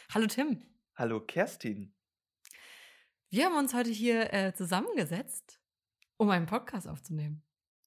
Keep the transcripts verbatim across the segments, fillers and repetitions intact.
Hallo Tim. Hallo Kerstin. Wir haben uns heute hier äh, zusammengesetzt, um einen Podcast aufzunehmen.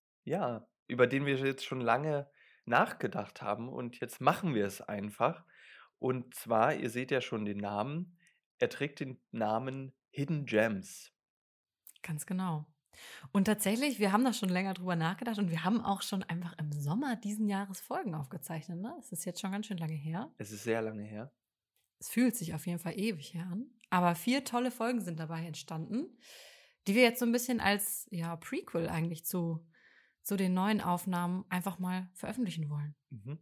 Ja, über den wir jetzt schon lange nachgedacht haben und jetzt machen wir es einfach. Und zwar, ihr seht ja schon den Namen, er trägt den Namen Hidden Gems. Ganz genau. Und tatsächlich, wir haben da schon länger drüber nachgedacht und wir haben auch schon einfach im Sommer diesen Jahres Folgen aufgezeichnet. Ne? Es ist jetzt schon ganz schön lange her. Es ist sehr lange her. Es fühlt sich auf jeden Fall ewig her an. Aber vier tolle Folgen sind dabei entstanden, die wir jetzt so ein bisschen als ja, Prequel eigentlich zu, zu den neuen Aufnahmen einfach mal veröffentlichen wollen. Mhm.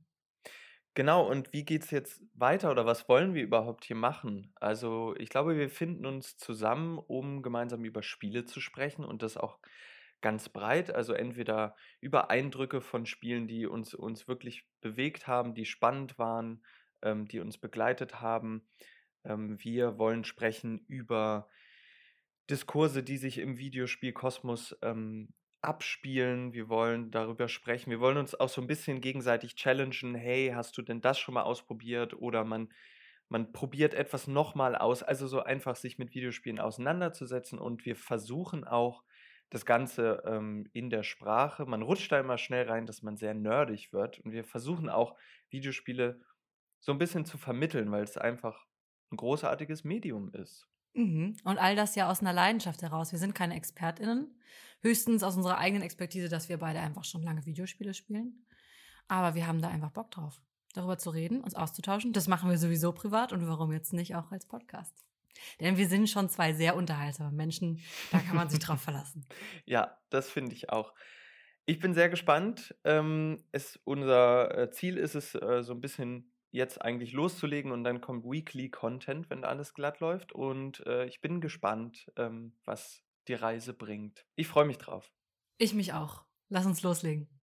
Genau, und wie geht's jetzt weiter oder was wollen wir überhaupt hier machen? Also, ich glaube, wir finden uns zusammen, um gemeinsam über Spiele zu sprechen und das auch ganz breit. Also entweder über Eindrücke von Spielen, die uns, uns wirklich bewegt haben, die spannend waren, ähm, die uns begleitet haben. Ähm, wir wollen sprechen über Diskurse, die sich im Videospielkosmos ähm, abspielen. Wir wollen darüber sprechen. Wir wollen uns auch so ein bisschen gegenseitig challengen. Hey, hast du denn das schon mal ausprobiert? Oder man, man probiert etwas nochmal aus. Also so einfach sich mit Videospielen auseinanderzusetzen. Und wir versuchen auch das Ganze ähm, in der Sprache. Man rutscht da immer schnell rein, dass man sehr nerdig wird. Und wir versuchen auch Videospiele so ein bisschen zu vermitteln, weil es einfach ein großartiges Medium ist. Mhm. Und all das ja aus einer Leidenschaft heraus. Wir sind keine ExpertInnen, höchstens aus unserer eigenen Expertise, dass wir beide einfach schon lange Videospiele spielen. Aber wir haben da einfach Bock drauf, darüber zu reden, uns auszutauschen. Das machen wir sowieso privat und warum jetzt nicht auch als Podcast? Denn wir sind schon zwei sehr unterhaltsame Menschen, da kann man sich drauf verlassen. Ja, das finde ich auch. Ich bin sehr gespannt. Ähm, es unser, äh, Ziel ist es, äh, so ein bisschen jetzt eigentlich loszulegen und dann kommt Weekly Content, wenn alles glatt läuft und, äh, ich bin gespannt, ähm, was die Reise bringt. Ich freue mich drauf. Ich mich auch. Lass uns loslegen.